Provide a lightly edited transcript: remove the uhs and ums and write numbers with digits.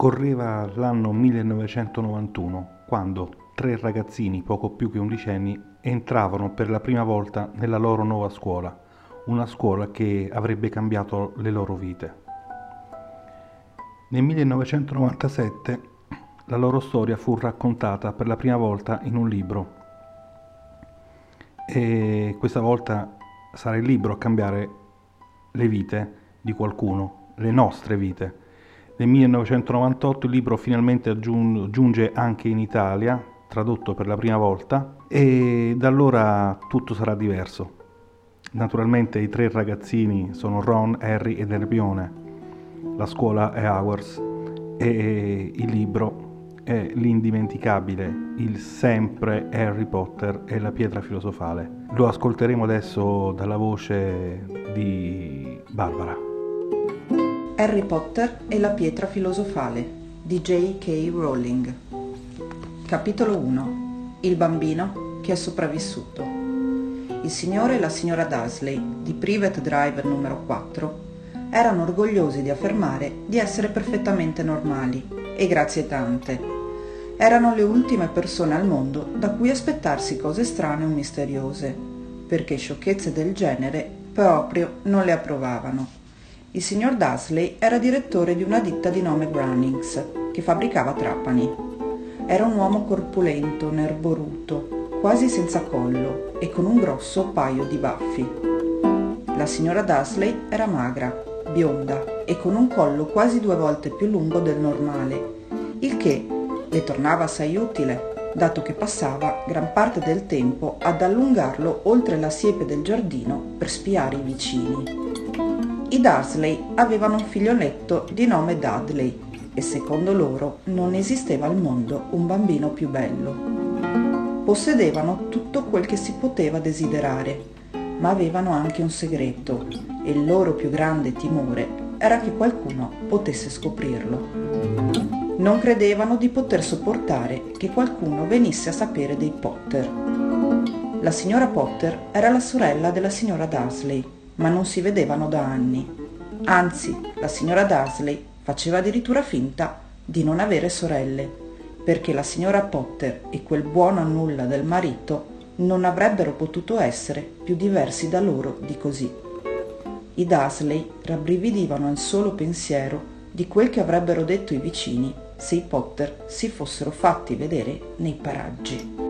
Correva l'anno 1991 quando tre ragazzini, poco più che undicenni, entravano per la prima volta nella loro nuova scuola, una scuola che avrebbe cambiato le loro vite. Nel 1997 la loro storia fu raccontata per la prima volta in un libro e questa volta sarà il libro a cambiare le vite di qualcuno, le nostre vite. Nel 1998 il libro finalmente giunge anche in Italia, tradotto per la prima volta, e da allora tutto sarà diverso. Naturalmente i tre ragazzini sono Ron, Harry ed Hermione. La scuola è Hogwarts e il libro è l'indimenticabile, il sempre Harry Potter e la pietra filosofale. Lo ascolteremo adesso dalla voce di Barbara. Harry Potter e la pietra filosofale di J.K. Rowling. Capitolo 1. Il bambino che è sopravvissuto. Il signore e la signora Dursley di Privet Drive numero 4 erano orgogliosi di affermare di essere perfettamente normali e grazie tante. Erano le ultime persone al mondo da cui aspettarsi cose strane o misteriose, perché sciocchezze del genere proprio non le approvavano. Il signor Dursley era direttore di una ditta di nome Brannings, che fabbricava trapani. Era un uomo corpulento, nerboruto, quasi senza collo e con un grosso paio di baffi. La signora Dursley era magra, bionda e con un collo quasi 2 volte più lungo del normale, il che le tornava assai utile, dato che passava gran parte del tempo ad allungarlo oltre la siepe del giardino per spiare i vicini. I Dursley avevano un figlioletto di nome Dudley e secondo loro non esisteva al mondo un bambino più bello. Possedevano tutto quel che si poteva desiderare, ma avevano anche un segreto e il loro più grande timore era che qualcuno potesse scoprirlo. Non credevano di poter sopportare che qualcuno venisse a sapere dei Potter. La signora Potter era la sorella della signora Dursley, ma non si vedevano da anni. Anzi, la signora Dursley faceva addirittura finta di non avere sorelle, perché la signora Potter e quel buono a nulla del marito non avrebbero potuto essere più diversi da loro di così. I Dursley rabbrividivano al solo pensiero di quel che avrebbero detto i vicini se i Potter si fossero fatti vedere nei paraggi.